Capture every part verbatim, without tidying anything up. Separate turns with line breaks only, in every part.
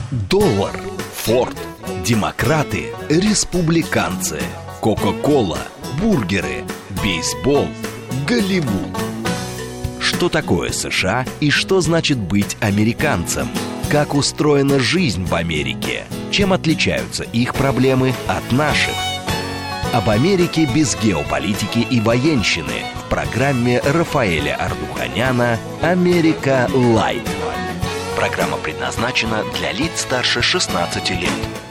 Доллар, Форд, демократы, республиканцы, Кока-кола, бургеры, бейсбол, Голливуд. Что такое США и что значит быть американцем? Как устроена жизнь в Америке? Чем отличаются их проблемы от наших? Об Америке без геополитики и военщины в программе Рафаэля Ардуханяна «Америка Лайт». Программа предназначена для лиц старше шестнадцати лет.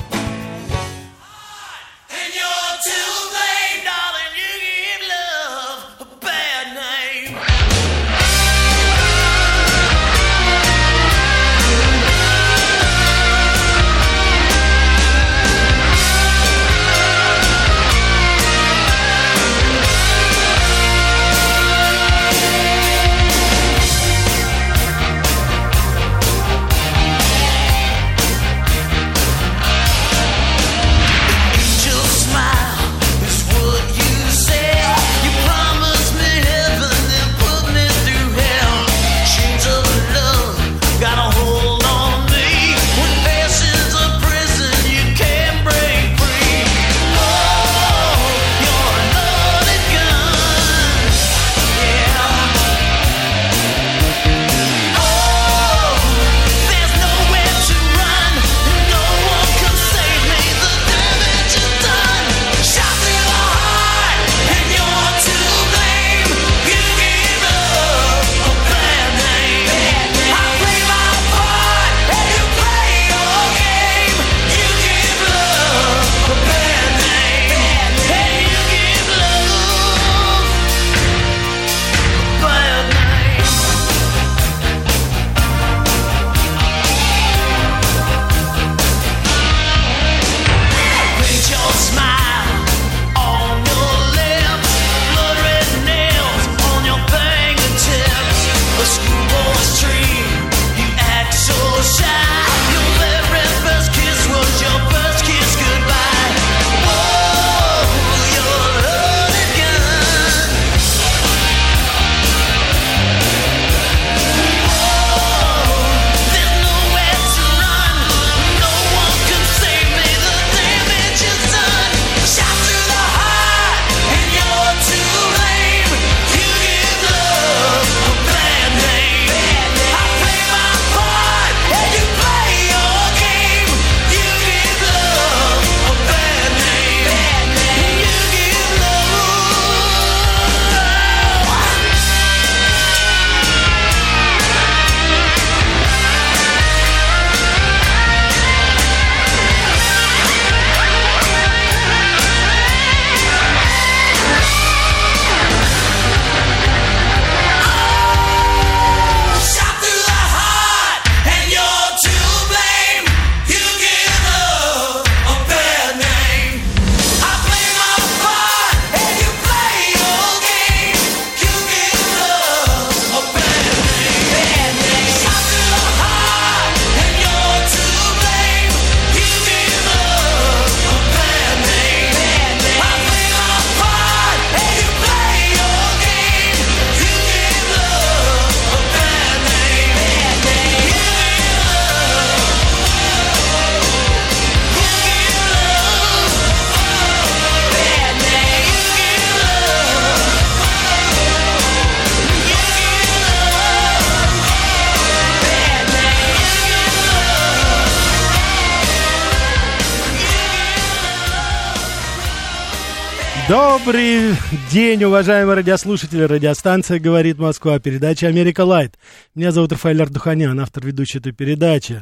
Добрый день, уважаемые радиослушатели. Радиостанция «Говорит Москва». Передача «Америка Лайт». Меня зовут Рафаэль Ардуханян, автор ведущей этой передачи.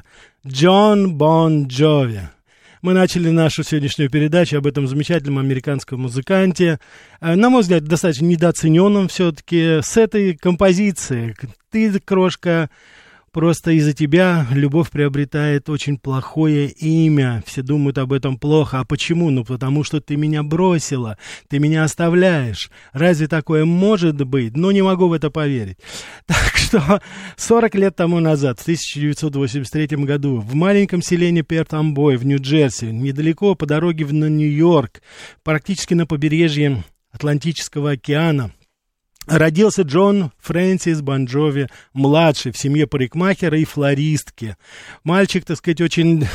Джон Бон Джови. Мы начали нашу сегодняшнюю передачу об этом замечательном американском музыканте. На мой взгляд, достаточно недооцененном все-таки с этой композиции. Ты, крошка, просто из-за тебя любовь приобретает очень плохое имя. Все думают об этом плохо. А почему? Ну, потому что ты меня бросила, ты меня оставляешь. Разве такое может быть? Ну, не могу в это поверить. Так что сорок лет тому назад, в тысяча девятьсот восемьдесят третьем году, в маленьком селении Перт-Амбой в Нью-Джерси, недалеко по дороге в Нью-Йорк, практически на побережье Атлантического океана, Родился Джон Фрэнсис Бон Джови младший в семье парикмахера и флористки. Мальчик, так сказать, очень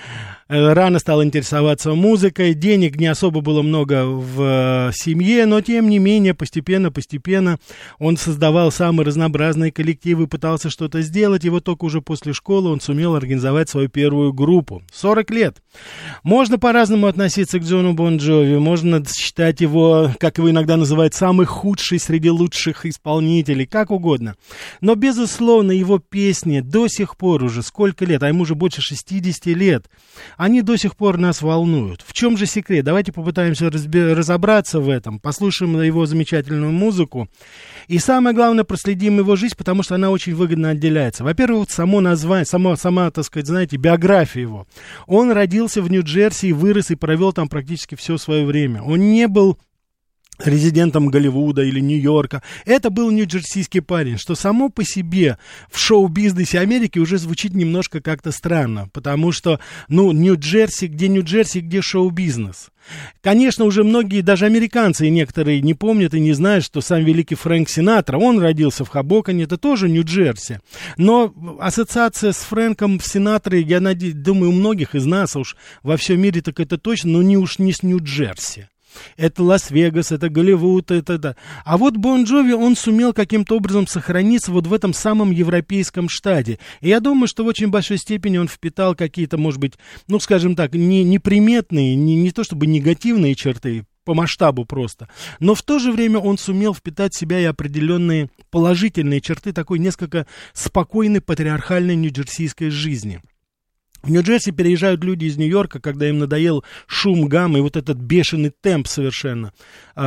рано стал интересоваться музыкой. Денег не особо было много в семье, но тем не менее постепенно-постепенно он создавал самые разнообразные коллективы, пытался что-то сделать. И вот только уже после школы он сумел организовать свою первую группу. сорок лет. Можно по-разному относиться к Джону Бон Джови. Можно считать его, как его иногда называют, самый худший среди лучших исполнителей, как угодно. Но, безусловно, его песни до сих пор уже сколько лет, а ему уже больше шестидесяти лет, они до сих пор нас волнуют. В чем же секрет? Давайте попытаемся разбе- разобраться в этом, послушаем его замечательную музыку. И самое главное, проследим его жизнь, потому что она очень выгодно отделяется. Во-первых, само название, само, сама, так сказать, знаете, биография его. Он родился в Нью-Джерси, вырос и провел там практически все свое время. Он не был резидентом Голливуда или Нью-Йорка. Это был нью-джерсийский парень, что само по себе в шоу-бизнесе Америки уже звучит немножко как-то странно, потому что, ну, Нью-Джерси, где Нью-Джерси, где шоу-бизнес? Конечно, уже многие, даже американцы и некоторые не помнят и не знают, что сам великий Фрэнк Синатра, он родился в Хобоконе, это тоже Нью-Джерси. Но ассоциация с Фрэнком Синатрой, я надеюсь, думаю, у многих из нас, а уж во всем мире так это точно, но не уж не с Нью-Джерси. Это Лас-Вегас, это Голливуд, это, это... А вот Бон Джови, он сумел каким-то образом сохраниться вот в этом самом европейском штате. И я думаю, что в очень большой степени он впитал какие-то, может быть, ну, скажем так, не, неприметные, не, не то чтобы негативные черты, по масштабу просто, но в то же время он сумел впитать в себя и определенные положительные черты такой несколько спокойной патриархальной нью-джерсийской жизни. В Нью-Джерси переезжают люди из Нью-Йорка, когда им надоел шум, гам и вот этот бешеный темп совершенно э,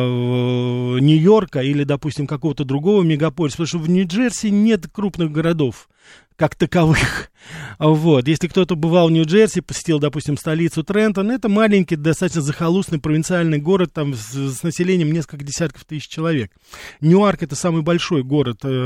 Нью-Йорка или, допустим, какого-то другого мегаполиса, потому что в Нью-Джерси нет крупных городов как таковых. Вот. Если кто-то бывал в Нью-Джерси, посетил, допустим, столицу Трентон, это маленький, достаточно захолустный провинциальный город там, с, с населением несколько десятков тысяч человек. Ньюарк — это самый большой город э,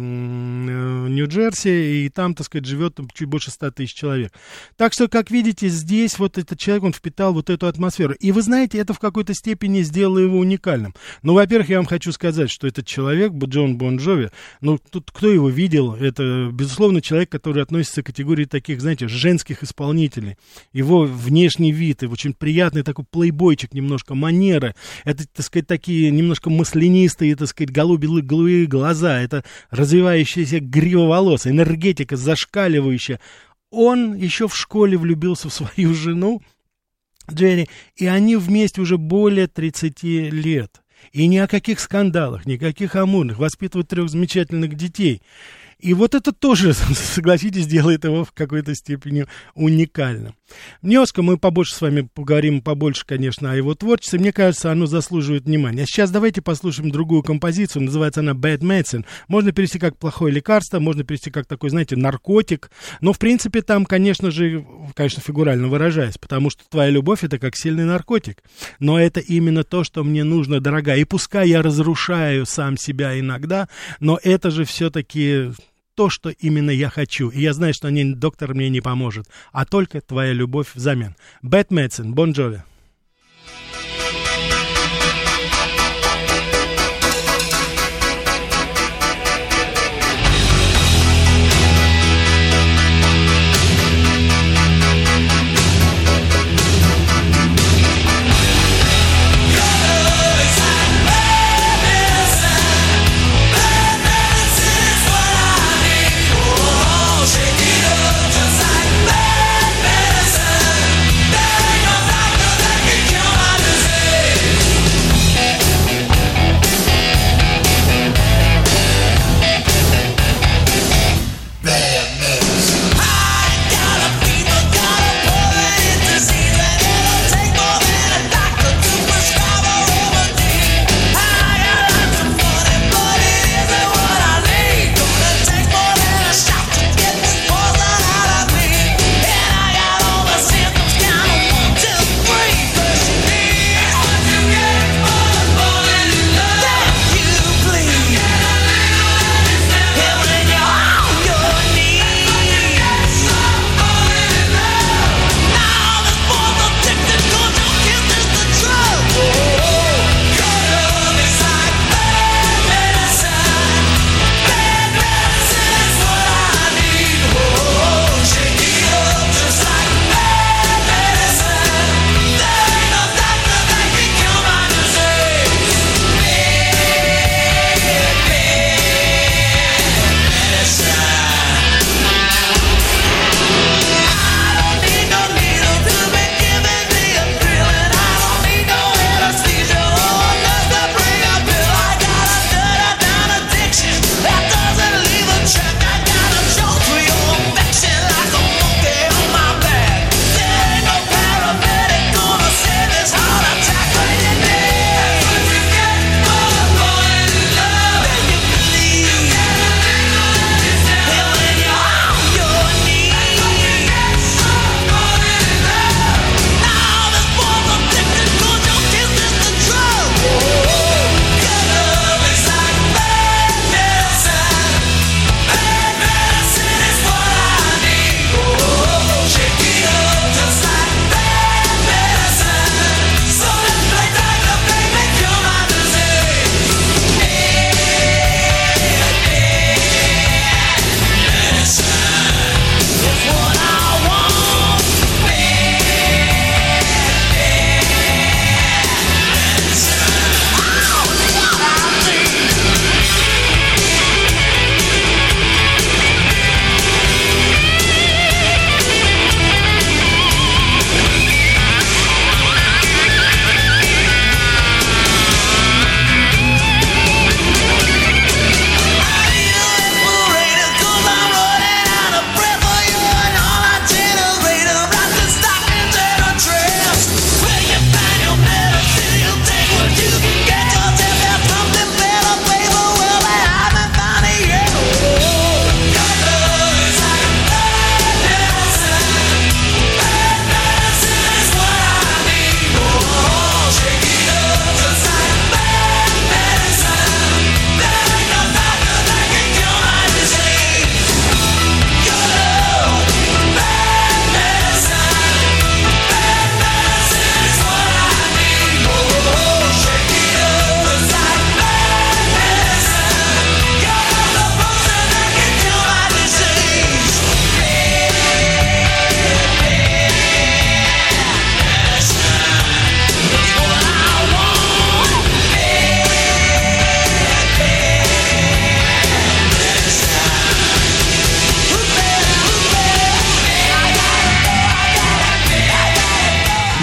э, Нью-Джерси, и там, так сказать, живет там, чуть больше ста тысяч человек. Так что, как видите, здесь вот этот человек, он впитал вот эту атмосферу. И вы знаете, это в какой-то степени сделало его уникальным. Ну, во-первых, я вам хочу сказать, что этот человек, Джон Бон Джови, ну, тут кто его видел, это, безусловно, человек, который относится к категории таких, знаете, женских исполнителей. Его внешний вид, его очень приятный такой плейбойчик немножко, манеры, это, так сказать, такие немножко маслянистые, так сказать, голубые, голубые глаза, это развивающаяся грива волос, энергетика зашкаливающая. Он еще в школе влюбился в свою жену, Джерри, и они вместе уже более тридцати лет. И ни о каких скандалах, никаких амурных, воспитывают трех замечательных детей. И вот это тоже, согласитесь, делает его в какой-то степени уникальным. Немножко мы побольше с вами поговорим, побольше, конечно, о его творчестве. Мне кажется, оно заслуживает внимания. А сейчас давайте послушаем другую композицию. Называется она «Bad Medicine». Можно перевести как «плохое лекарство», можно перевести как такой, знаете, наркотик. Но, в принципе, там, конечно же, конечно, фигурально выражаясь, потому что твоя любовь — это как сильный наркотик. Но это именно то, что мне нужно, дорогая. И пускай я разрушаю сам себя иногда, но это же все-таки... то, что именно я хочу. И я знаю, что не, доктор мне не поможет, а только твоя любовь взамен. Bad Medicine, Бон Джови.
Just like bad medicine, there ain't no doctor that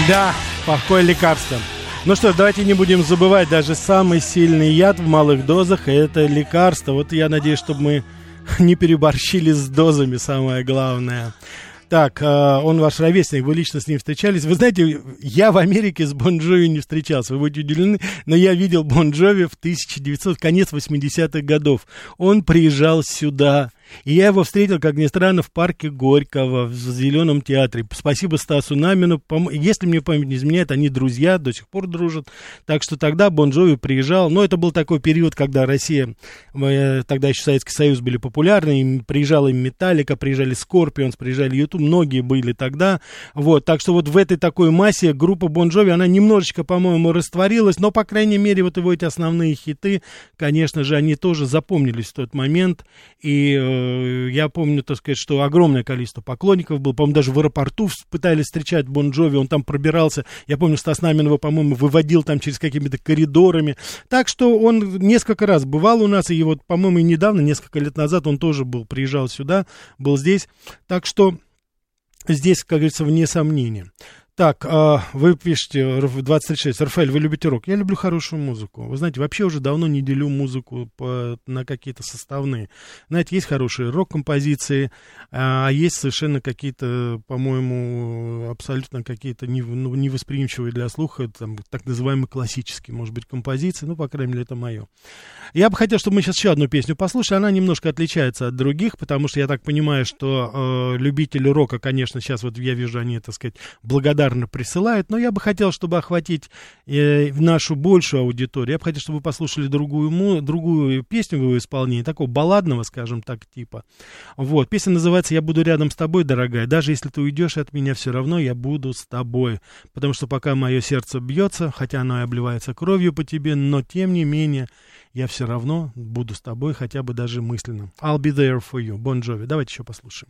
Да, плохое лекарство. Ну что ж, давайте не будем забывать, даже самый сильный яд в малых дозах — это лекарство. Вот я надеюсь, чтобы мы не переборщили с дозами, самое главное. Так, он ваш ровесник, вы лично с ним встречались. Вы знаете, я в Америке с Бон Джови не встречался, вы будете удивлены, но я видел Бон Джови в тысяча девятисотых, конец восьмидесятых годов. Он приезжал сюда, и я его встретил, как ни странно, в парке Горького, в Зеленом театре. Спасибо Стасу Намину. Если мне память не изменяет, они друзья, до сих пор дружат. Так что тогда Бон Джови приезжал. Но это был такой период, когда Россия, тогда еще Советский Союз были популярны. И приезжала им Металлика, приезжали Скорпионс, приезжали Ютуб. Многие были тогда. Вот. Так что вот в этой такой массе группа Бон Джови, она немножечко, по-моему, растворилась. Но, по крайней мере, вот его эти основные хиты, конечно же, они тоже запомнились в тот момент. И я помню, так сказать, что огромное количество поклонников было. По-моему, даже в аэропорту пытались встречать Бон Джови. Он там пробирался. Я помню, Стас Намин его, по-моему, выводил там через какими-то коридорами. Так что он несколько раз бывал у нас. И вот, по-моему, и недавно, несколько лет назад, он тоже был, приезжал сюда, был здесь. Так что здесь, как говорится, вне сомнения. Так, э, вы пишете, двадцать тридцать шесть, Рафаэль, вы любите рок? Я люблю хорошую музыку. Вы знаете, вообще уже давно не делю музыку по, на какие-то составные. Знаете, есть хорошие рок-композиции, а есть совершенно какие-то, по-моему, абсолютно какие-то не, ну, невосприимчивые для слуха, там, так называемые классические, может быть, композиции. Ну, по крайней мере, это мое. Я бы хотел, чтобы мы сейчас еще одну песню послушали. Она немножко отличается от других, потому что я так понимаю, что э, любители рока, конечно, сейчас вот я вижу, они, так сказать, благодарны присылают, но я бы хотел, чтобы охватить э, нашу большую аудиторию, я бы хотел, чтобы вы послушали другую, му, другую песню в его исполнении, такого балладного, скажем так, типа. Вот, песня называется «Я буду рядом с тобой, дорогая, даже если ты уйдешь от меня, все равно я буду с тобой», потому что пока мое сердце бьется, хотя оно и обливается кровью по тебе, но тем не менее я все равно буду с тобой, хотя бы даже мысленно. I'll be there for you, Бон Джови. Давайте еще послушаем.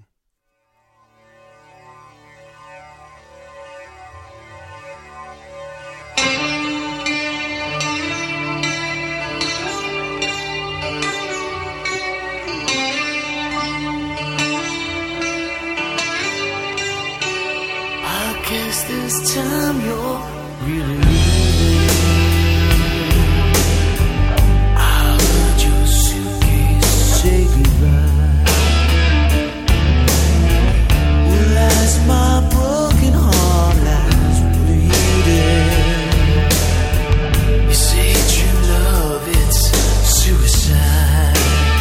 This time you're really leaving. I'll let your suitcase say goodbye. Well, as my broken heart lies bleeding, you say true love, it's suicide.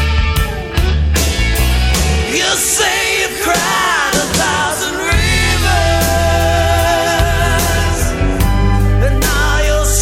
You say you've cried a thousand rivers, and now you're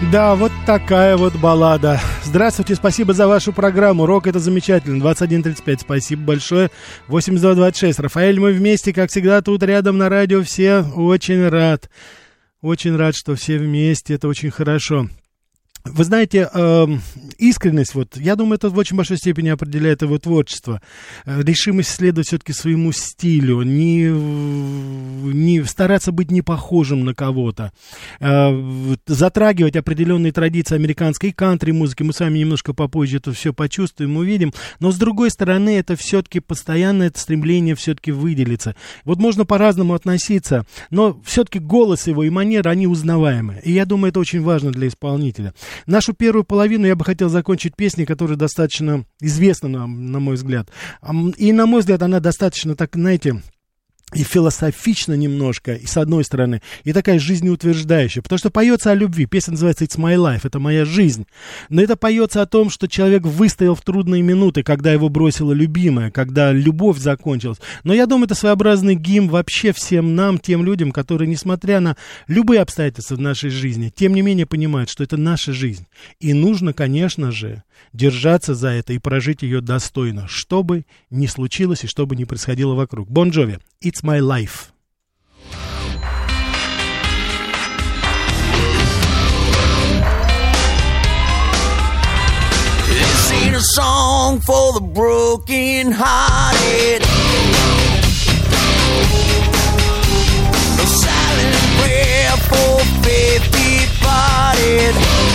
Да, вот такая вот баллада. Здравствуйте, спасибо за вашу программу. Рок — это замечательно. двадцать один тридцать пять, спасибо большое. восемьдесят два двадцать шесть. Рафаэль, мы вместе, как всегда, тут рядом на радио. Все очень рад. Очень рад, что все вместе. Это очень хорошо. Вы знаете, э, искренность, вот, я думаю, это в очень большой степени определяет его творчество. Э, решимость следовать все-таки своему стилю, не, не стараться быть не похожим на кого-то, э, затрагивать определенные традиции американской кантри-музыки. Мы с вами немножко попозже это все почувствуем, увидим. Но, с другой стороны, это все-таки постоянное это стремление все-таки выделиться. Вот можно по-разному относиться, но все-таки голос его и манера, они узнаваемы. И я думаю, это очень важно для исполнителя. Нашу первую половину я бы хотел закончить песней, которая достаточно известна нам, на мой взгляд. И, на мой взгляд, она достаточно, так, знаете, и философично немножко, и с одной стороны, и такая жизнеутверждающая, потому что поется о любви, песня называется «It's my life», это моя жизнь, но это поется о том, что человек выстоял в трудные минуты, когда его бросила любимая, когда любовь закончилась, но я думаю, это своеобразный гимн вообще всем нам, тем людям, которые, несмотря на любые обстоятельства в нашей жизни, тем не менее понимают, что это наша жизнь, и нужно, конечно же, держаться за это и прожить ее достойно, что бы ни случилось и что бы ни происходило вокруг. Бон Джови, «It's my life».
This ain't a song for the broken-hearted. A silent prayer for faith departed.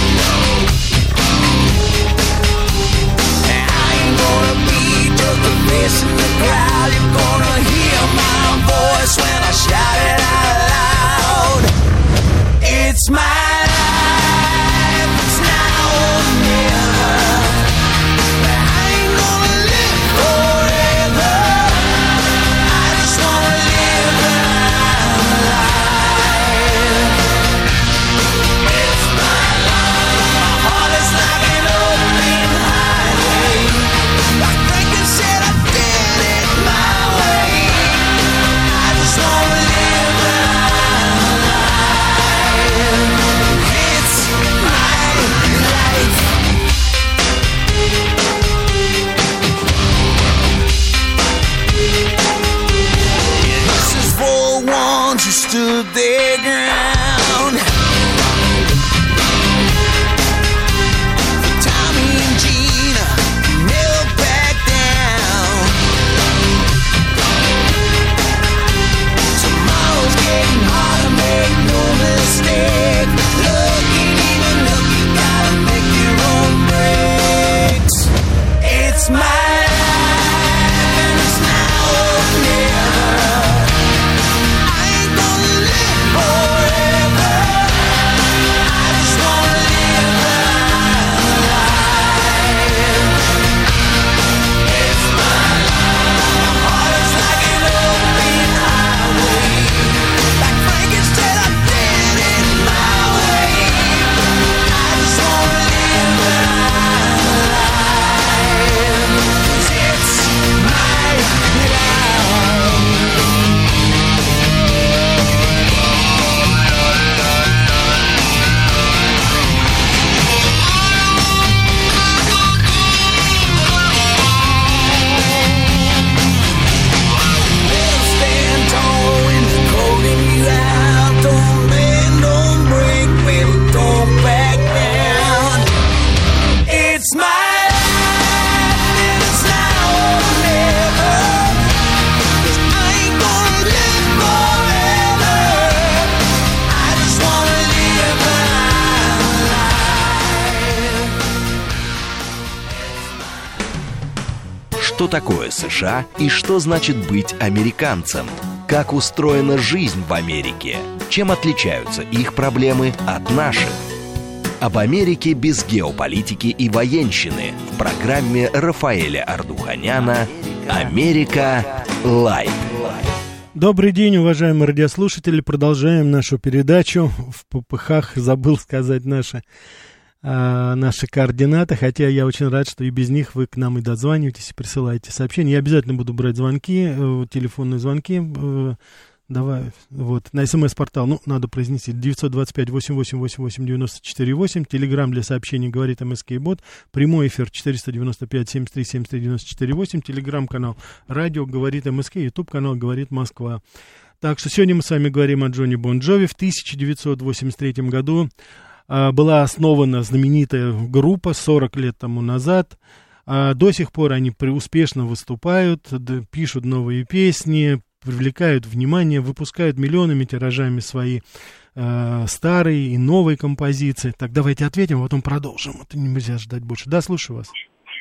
Gonna be just a face in the crowd. You're gonna hear my voice when I shout it out loud. It's my life, it's now or never. I ain't gonna live forever. I just wanna live my life. It's my life. My heart is like an open highway. Like Franklin said, I did it my way. I just wanna live my life. It's my life. Yeah, this is for ones who stood their ground. For Tommy and Gina, never back down. Tomorrow's getting harder, make no mistake. Looking even look, you gotta make your own breaks. It's my life, and it's now or never. I ain't gonna live forever. I just wanna live my life. It's my life. My heart is like an open highway. Like Franklin said, I did it my way. I just wanna live my life. 'Cause it's my stand tall when they're calling you out. Don't bend, don't break, baby, don't back down. It's my life, and it's now or never. 'Cause I ain't gonna live forever. I just wanna live my life.
Что такое США и что значит быть американцем? Как устроена жизнь в Америке? Чем отличаются их проблемы от наших? Об Америке без геополитики и военщины в программе Рафаэля Ардуханяна «Америка Лайт».
Добрый день, уважаемые радиослушатели. Продолжаем нашу передачу. В попыхах забыл сказать наши, а, наши координаты, хотя я очень рад, что и без них вы к нам и дозваниваетесь, и присылаете сообщения. Я обязательно буду брать звонки, э, телефонные звонки. Э, Давай, вот, на смс-портал, ну, надо произнести, девять два пять восемь восемь восемь восемь девять четыре восемь, телеграмм для сообщений говорит МСК-бот, прямой эфир четыреста девяносто пять семьдесят три семьдесят три девяносто четыре восемь, телеграм-канал радио говорит МСК, ютуб-канал говорит Москва. Так что сегодня мы с вами говорим о Джонни Бон Джови. В тысяча девятьсот восемьдесят третьем году а, была основана знаменитая группа сорок лет тому назад. А, до сих пор они успешно выступают, да, пишут новые песни, привлекают внимание, выпускают миллионами тиражами свои э, старые и новые композиции. Так, давайте ответим, а потом продолжим. Это нельзя ждать больше. Да, слушаю вас.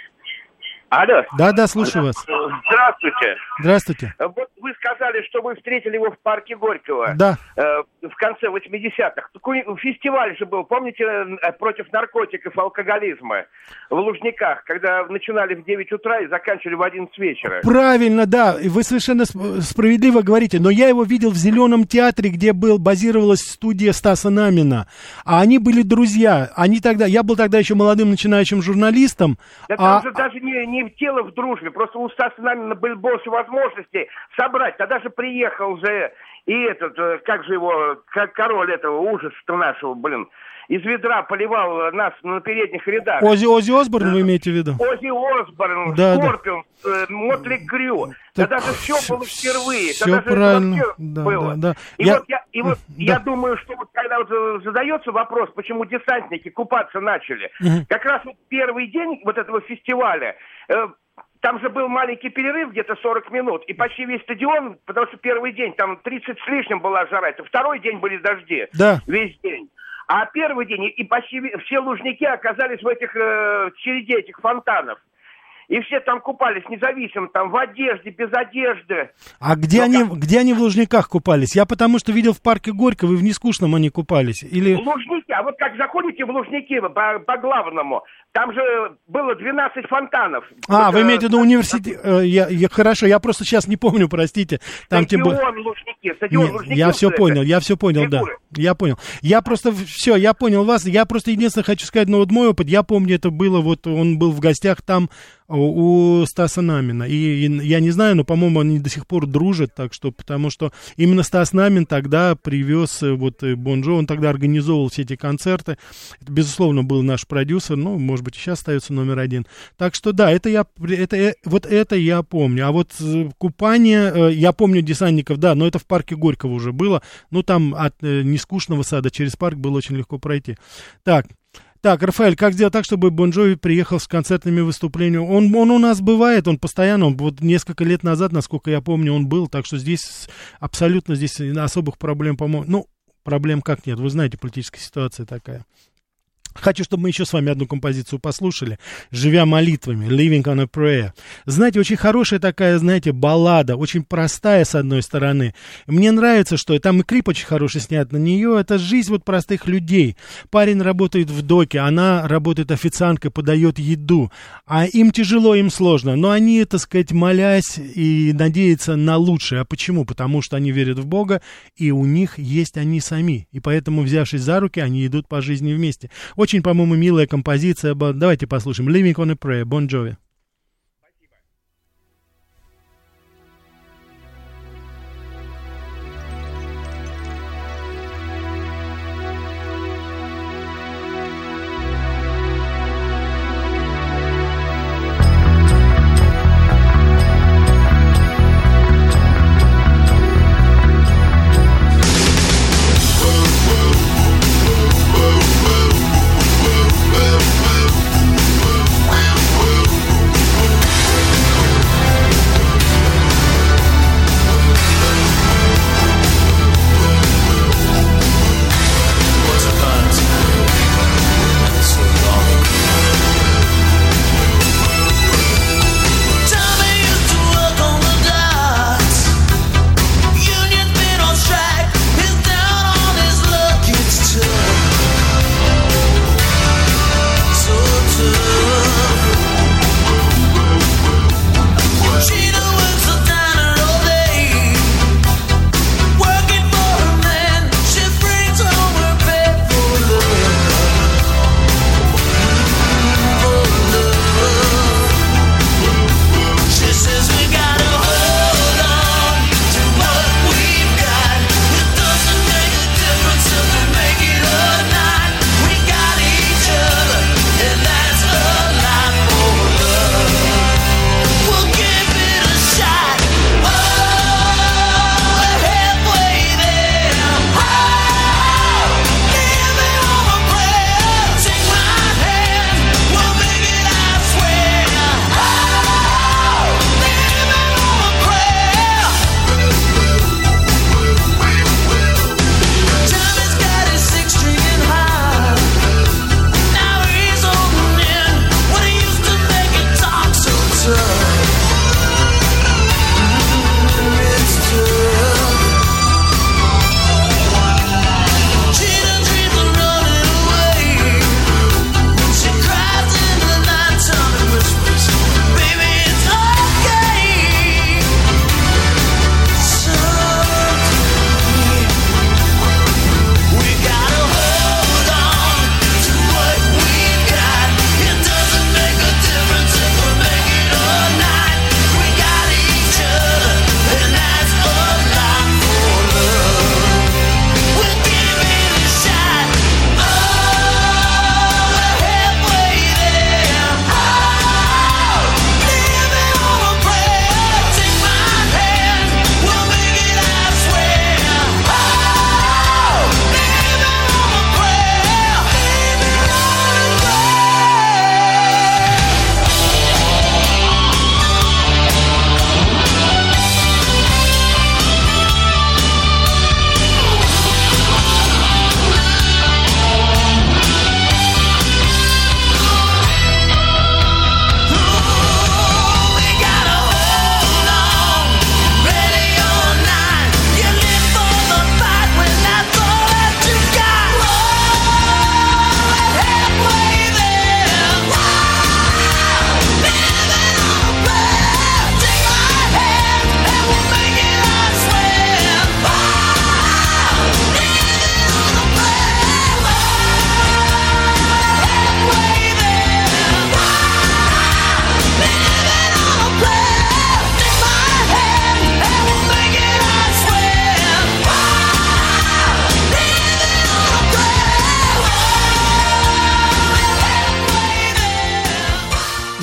Алло.
Да, да, слушаю вас.
Здравствуйте.
Здравствуйте.
Вот вы сказали, что вы встретили его в парке Горького.
Да.
Э, в конце восьмидесятых. Такой фестиваль же был, помните, против наркотиков и алкоголизма в Лужниках, когда начинали в девять утра и заканчивали в одиннадцать вечера.
Правильно, да, и вы совершенно справедливо говорите, но я его видел в Зеленом театре, где был, базировалась студия Стаса Намина, а они были друзья, они тогда, я был тогда еще молодым начинающим журналистом.
Да
а...
там же даже не, не тело в дружбе, просто у Стаса Намина были больше возможностей собрать, тогда же приехал же и этот, как же его, как король этого ужаса нашего, блин, из ведра поливал нас на передних рядах.
Ози, Ози Осборн вы имеете в виду?
Ози Осборн,
да,
Скорпион, да. Мотли Крю. Тогда же все было впервые.
Все правильно. Да,
было.
Да, да.
И
я...
вот, я, и вот да. я думаю, что вот когда вот задается вопрос, почему десантники купаться начали, угу. как раз вот первый день вот этого фестиваля, э, там же был маленький перерыв, где-то сорок минут, и почти весь стадион, потому что первый день там тридцать с лишним была жара, это второй день были дожди,
да.
весь день. А первый день, и почти все лужники оказались в этих э, череде этих фонтанов. И все там купались независимо, там в одежде, без одежды.
А где,
Но
они,
как...
где они в Лужниках купались? Я потому что видел в парке Горького, и в Нескучном они купались. Или...
Лужники, а вот как заходите в Лужники по, по главному, там же было двенадцать фонтанов.
А,
вот,
вы имеете в виду университет? Э, я, я, хорошо, я просто сейчас не помню, простите. Там
стадион
тем...
Лужники, стадион
Нет,
Лужники.
Я все понял, я все понял, фигуры. Да. Я понял. Я просто, все, я понял вас. Я просто единственное хочу сказать, ну вот мой опыт, я помню, это было, вот он был в гостях там у Стаса Намина. И, и я не знаю, но, по-моему, они до сих пор дружат, так что, потому что именно Стас Намин тогда привез, вот, Бон Джови, он тогда организовывал все эти концерты. Это, безусловно, был наш продюсер, ну, может быть, и сейчас остается номер один. Так что, да, это я, это, вот это я помню. А вот купание, я помню десантников, да, но это в парке Горького уже было. Ну, там от Нескучного сада через парк было очень легко пройти. Так. Так, Рафаэль, как сделать так, чтобы Бон Джови приехал с концертными выступлениями? Он, он у нас бывает, он постоянно, он, вот несколько лет назад, насколько я помню, он был, так что здесь абсолютно здесь особых проблем, по-моему, ну, проблем как нет, вы знаете, политическая ситуация такая. Хочу, чтобы мы еще с вами одну композицию послушали. «Живя молитвами», «Living on a Prayer». Знаете, очень хорошая такая, знаете, баллада, очень простая с одной стороны. Мне нравится, что там и клип очень хороший снят на нее. Это жизнь вот простых людей. Парень работает в доке, она работает официанткой, подает еду. А им тяжело, им сложно. Но они, так сказать, молясь и надеются на лучшее. А почему? Потому что они верят в Бога, и у них есть они сами. И поэтому, взявшись за руки, они идут по жизни вместе. Очень, по-моему, милая композиция. Давайте послушаем. «Living on a Prayer», Бон Джови.
Whoa, whoa, whoa, whoa.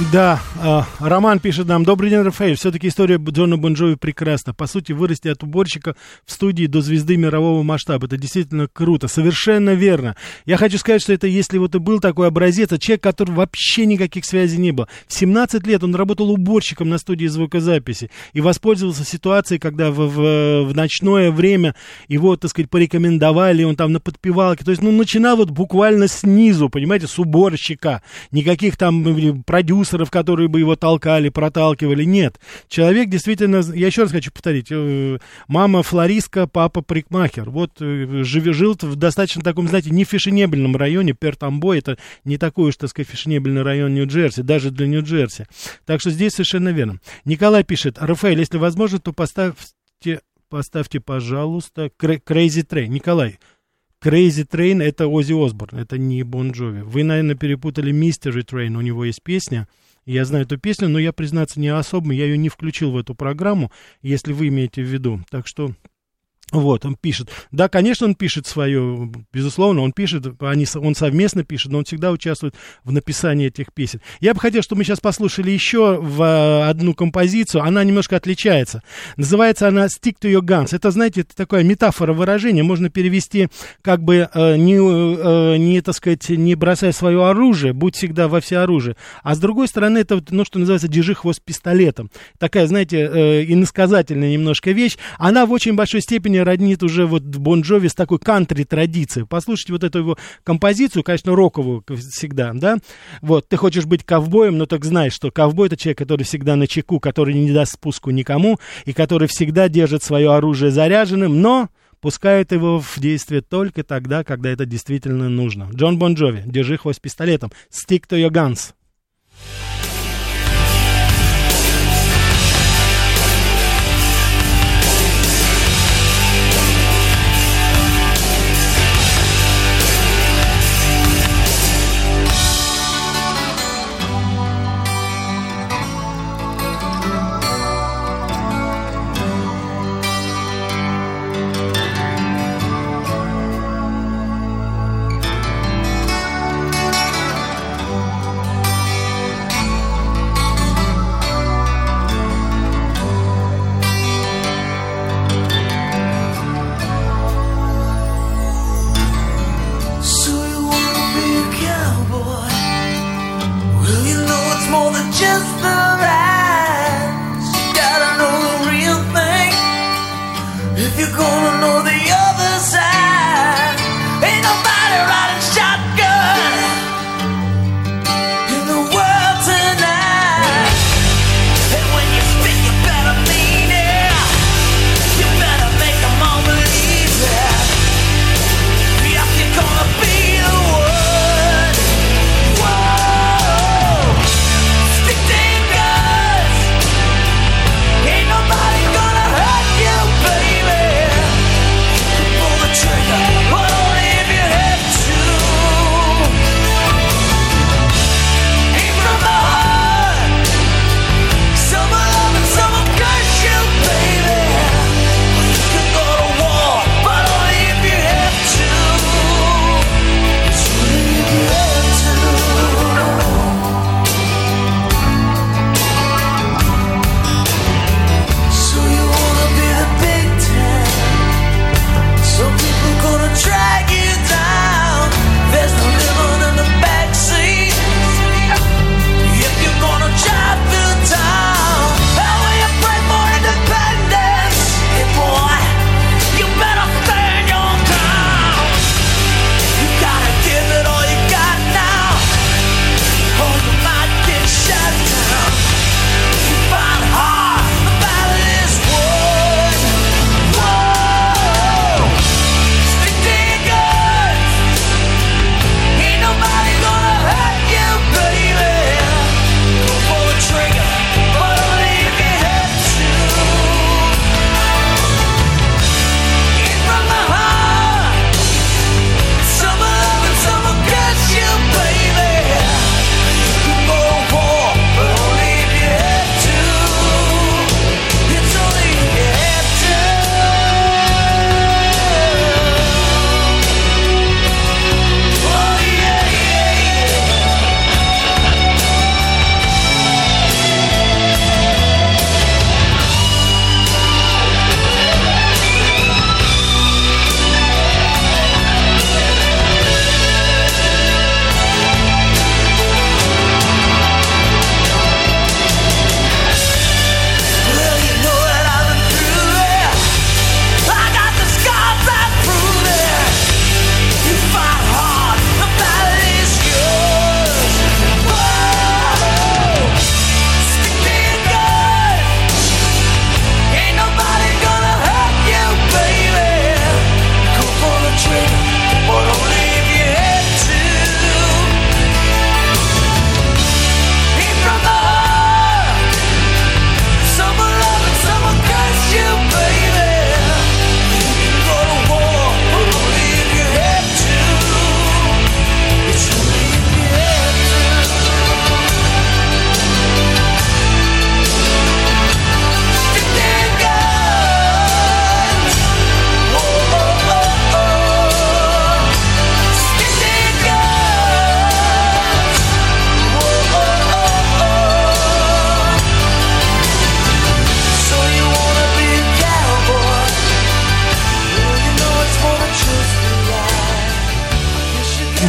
Да, э, Роман пишет нам: добрый день, Рафаэль. Все-таки история Джона Бон Джови прекрасна. По сути, вырасти от уборщика в студии до звезды мирового масштаба. Это действительно круто. Совершенно верно. Я хочу сказать, что это если вот и был такой образец, а человек, который вообще никаких связей не было. В семнадцать лет он работал уборщиком на студии звукозаписи и воспользовался ситуацией, когда в, в, в ночное время его, так сказать, порекомендовали, он там на подпевалке. То есть, ну, начинал вот буквально снизу, понимаете, с уборщика. Никаких там продюсеров, которые бы его толкали, проталкивали. Нет. Человек действительно, я еще раз хочу повторить, мама флористка, папа парикмахер. Вот жив, жил в достаточно таком, знаете, не фешенебельном районе, Пертамбой, это не такой уж, так сказать, фешенебельный район Нью-Джерси, даже для Нью-Джерси. Так что здесь совершенно верно. Николай пишет: Рафаэль, если возможно, то поставьте, поставьте, пожалуйста, Crazy Train. Николай, Crazy Train — это Оззи Осборн, это не Бон Джови. Вы, наверное, перепутали Mystery Train, у него есть песня. Я знаю эту песню, но я, признаться, не особо, я ее не включил в эту программу, если вы имеете в виду. Так что... Вот, он пишет. Да, конечно, он пишет свое, безусловно, он пишет, они, он совместно пишет, но он всегда участвует в написании этих песен. Я бы хотел, чтобы мы сейчас послушали еще в одну композицию, она немножко отличается. Называется она «Stick to your guns». Это, знаете, это такая метафора выражения, можно перевести как бы э, не, э, не, так сказать, не бросай свое оружие, будь всегда во всеоружии. А с другой стороны, это, ну, что называется, держи хвост пистолетом. Такая, знаете, э, иносказательная немножко вещь. Она в очень большой степени роднит уже вот Бон Джови с такой кантри-традицией. Послушайте вот эту его композицию, конечно, роковую всегда, да? Вот, ты хочешь быть ковбоем, но так знаешь, что ковбой — это человек, который всегда на чеку, который не даст спуску никому, и который всегда держит свое оружие заряженным, но пускает его в действие только тогда, когда это действительно нужно. Джон Бон Джови, держи хвост пистолетом. Stick to your guns.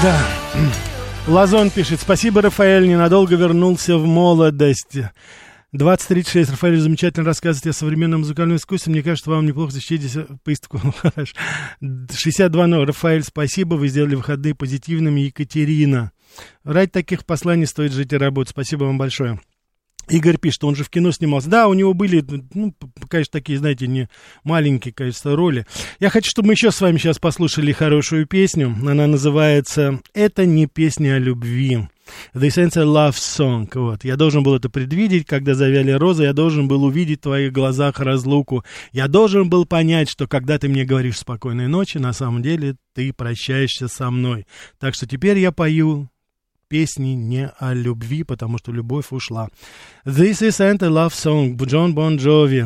Да. Лазон пишет: спасибо, Рафаэль, ненадолго вернулся в молодость. двадцать тридцать шесть. Рафаэль, замечательно рассказываете о современном музыкальном искусстве. Мне кажется, вам неплохо защитить поиску. шестьдесят два ноль. Рафаэль, спасибо, вы сделали выходные позитивными. Екатерина. Ради таких посланий стоит жить и работать. Спасибо вам большое. Игорь пишет, он же в кино снимался. Да, у него были, ну, конечно, такие, знаете, не маленькие, кажется, роли. Я хочу, чтобы мы еще с вами сейчас послушали хорошую песню. Она называется «Это не песня о любви». This ain't a love song. Вот. Я должен был это предвидеть, когда завяли розы. Я должен был увидеть в твоих глазах разлуку. Я должен был понять, что когда ты мне говоришь спокойной ночи, на самом деле ты прощаешься со мной. Так что теперь я пою песни не о любви, потому что любовь ушла. This isn't a love song. John Bon Jovi.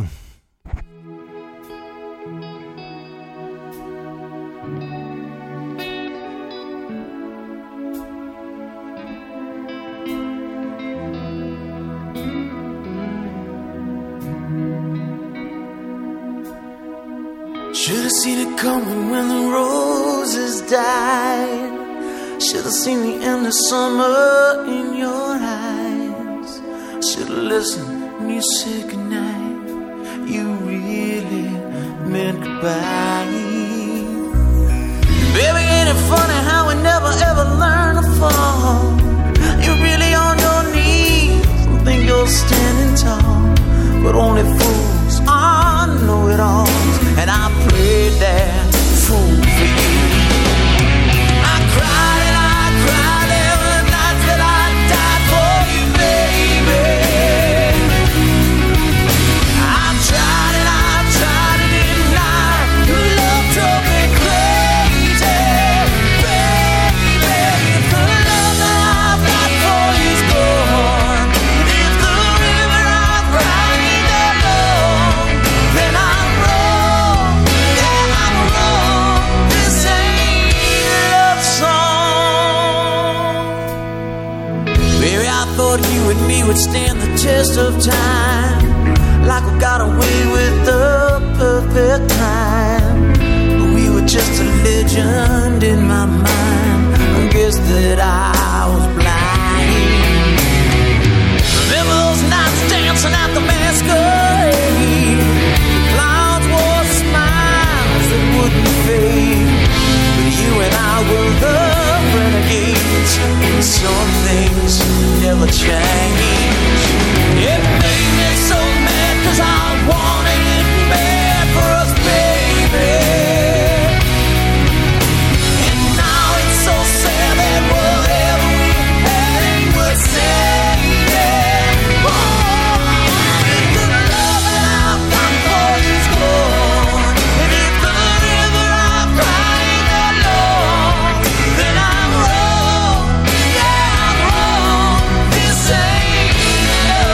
Should've seen it coming when the roses died. Should've seen the end of summer in your eyes. Should've listened when you said goodnight. You really meant goodbye. Baby, ain't it funny how we never ever learn to fall? You're really on your knees and think you're standing tall. But only fools are know-it-alls. And I played that fool for you. I cried and I cried every night that I died for you, baby. I tried and I tried to deny your love drove me crazy, baby. If the love that I've got for you's gone, if the river I've cried ain't that long, then I'm wrong, yeah, I'm wrong. This ain't a love song. Baby, I thought you and me would stand the test of time, like we got away with the perfect time. But we were just a legend in my mind. I guess that I was blind. Remember those nights dancing at the masquerade? Clowns wore smiles that wouldn't fade. But you and I were the renegades. Some things never change. It made me so mad 'cause I wanted it bad for us, baby. And now it's so sad that whatever we had ain't worth saving. Oh, if the love that I've got for you's gone, and if the river I've cried ain't that long, then I'm wrong, yeah, I'm wrong. This ain't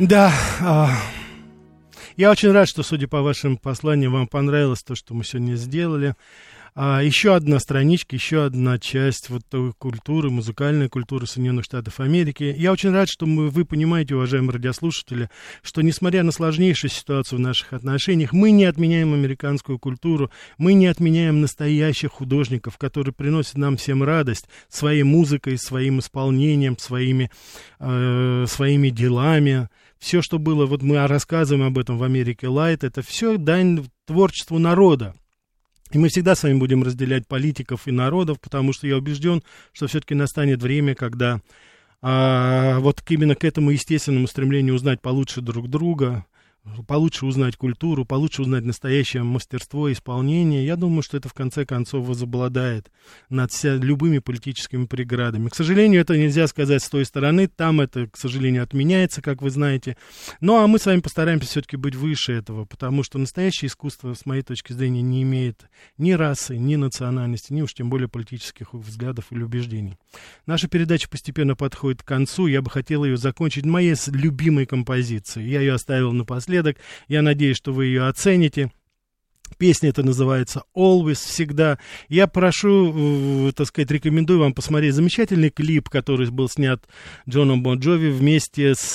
Да, а, я очень рад, что, судя по вашим посланиям, вам понравилось то, что мы сегодня сделали. А, еще одна страничка, еще одна часть вот той культуры, музыкальной культуры Соединенных Штатов Америки. Я очень рад, что мы, вы понимаете, уважаемые радиослушатели, что, несмотря на сложнейшую ситуацию в наших отношениях, мы не отменяем американскую культуру, мы не отменяем настоящих художников, которые приносят нам всем радость своей музыкой, своим исполнением, своими, э, своими делами. Все, что было, вот мы рассказываем об этом в Америке Лайт, это все дань творчеству народа. И мы всегда с вами будем разделять политиков и народов, потому что я убежден, что все-таки настанет время, когда а, вот именно к этому естественному стремлению узнать получше друг друга, получше узнать культуру, получше узнать настоящее мастерство и исполнение, я думаю, что это в конце концов возобладает над вся, любыми политическими преградами. К сожалению, это нельзя сказать с той стороны, там это, к сожалению, отменяется, как вы знаете. Ну, а мы с вами постараемся все-таки быть выше этого, потому что настоящее искусство, с моей точки зрения, не имеет ни расы, ни национальности, ни уж тем более политических взглядов или убеждений. Наша передача постепенно подходит к концу, я бы хотел ее закончить моей любимой композицией. Я ее оставил напоследок. Я надеюсь, что вы ее оцените. Песня эта называется «Always», всегда. Я прошу, так сказать, рекомендую вам посмотреть замечательный клип, который был снят Джоном Бон Джови вместе с,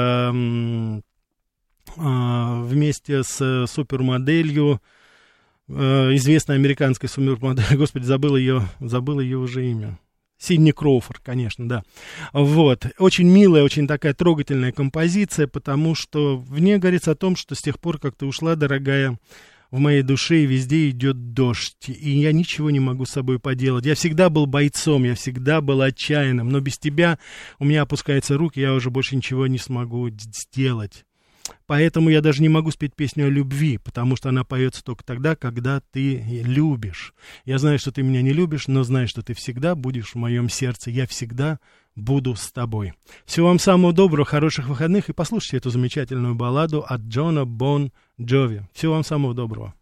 вместе с супермоделью, известной американской супермоделью. Господи, забыл ее, забыл ее уже имя. Сидни Кроуфорд, конечно, да. Вот. Очень милая, очень такая трогательная композиция, потому что в ней говорится о том, что с тех пор, как ты ушла, дорогая, в моей душе везде идет дождь, и я ничего не могу с собой поделать. Я всегда был бойцом, я всегда был отчаянным, но без тебя у меня опускаются руки, я уже больше ничего не смогу сделать. Поэтому я даже не могу спеть песню о любви, потому что она поется только тогда, когда ты любишь. Я знаю, что ты меня не любишь, но знаю, что ты всегда будешь в моем сердце. Я всегда буду с тобой. Всего вам самого доброго, хороших выходных, и послушайте эту замечательную балладу от Джона Бон Джови. Всего вам самого доброго.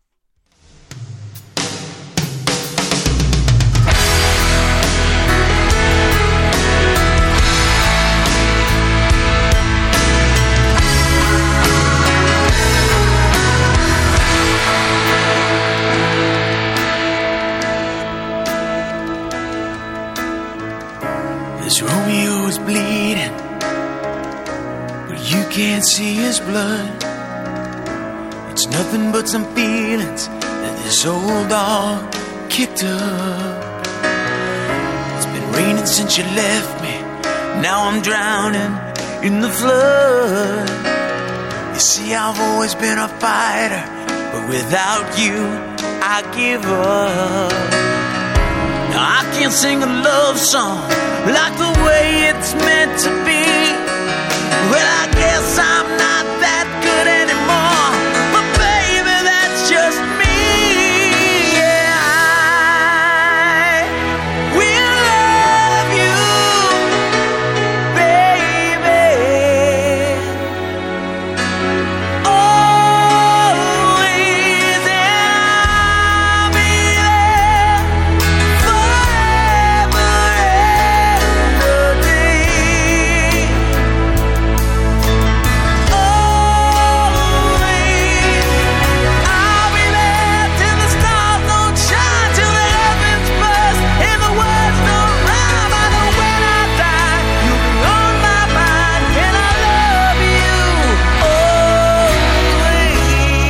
This Romeo is bleeding, but you can't see his blood. It's nothing but some feelings that this old dog kicked up. It's been raining since you left me, now I'm drowning in the flood. You see, I've always been a fighter, but without you, I give up. Now I can't sing a love song like the way it's meant to be. Well, I guess I'm not that good anymore, but baby, that's just me. Yeah, I will love you, baby, always, and I'll be there forever and a day. Always, I'll be there till the stars don't shine, till the heavens burst and the words don't rhyme. I know when I die, you'll be on my mind, and I love you always.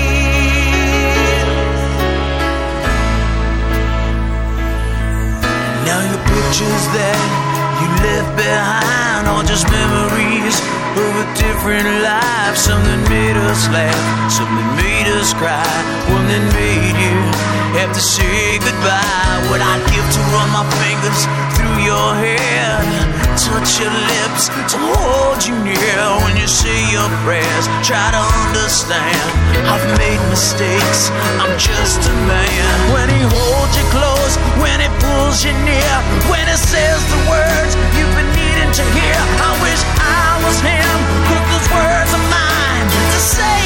Now your pictures that you left behind are just memories of a different life. Something made us laugh, something made us cry, one that made you have to say goodbye. What I'd give to run my fingers through your hair, touch your lips, to hold you near when you say your prayers. Try to understand, I've made mistakes, I'm just a man. When he holds you close, when he pulls you near, when he says the words you've been needing to hear, I wish I was him, 'cause those words are mine to say.